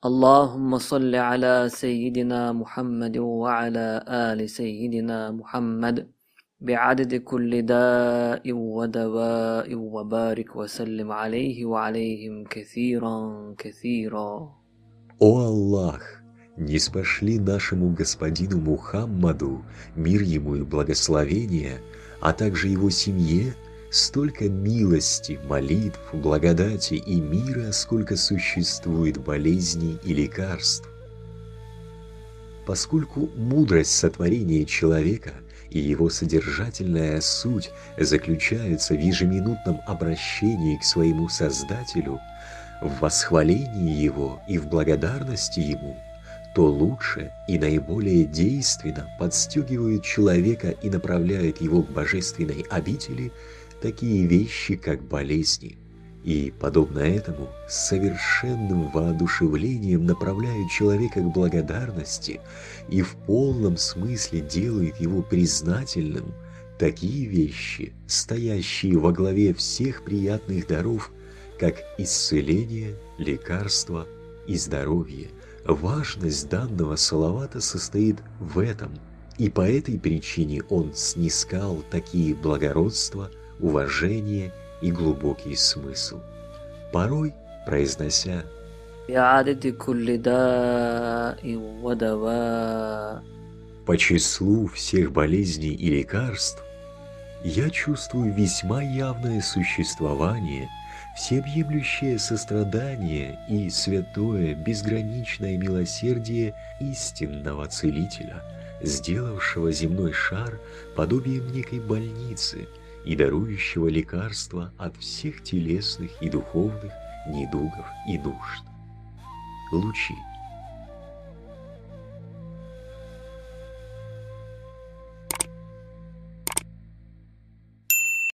اللهم صل على سيدنا محمد وعلى آل سيدنا محمد بعدد كل داء ودواء وبارك وسلم عليه وعليهم كثيرا كثيرا. О Аллах, ниспошли нашему господину Мухаммаду, мир ему и благословение, а также его семье, столько милости, молитв, благодати и мира, сколько существует болезней и лекарств. Поскольку мудрость сотворения человека и его содержательная суть заключаются в ежеминутном обращении к своему Создателю, в восхвалении Его и в благодарности Ему, то лучше и наиболее действенно подстегивают человека и направляют его к божественной обители такие вещи, как болезни, и, подобно этому, с совершенным воодушевлением направляют человека к благодарности и в полном смысле делают его признательным такие вещи, стоящие во главе всех приятных даров, как исцеление, лекарство и здоровье. Важность данного салавата состоит в этом, и по этой причине он снискал такие благородства, уважение и глубокий смысл. Порой, произнося بعدد كل داء ودواء по числу всех болезней и лекарств, я чувствую весьма явное существование, всеобъемлющее сострадание и святое безграничное милосердие истинного Целителя, сделавшего земной шар подобием некой больницы и дарующего лекарства от всех телесных и духовных недугов и нужд. Лучи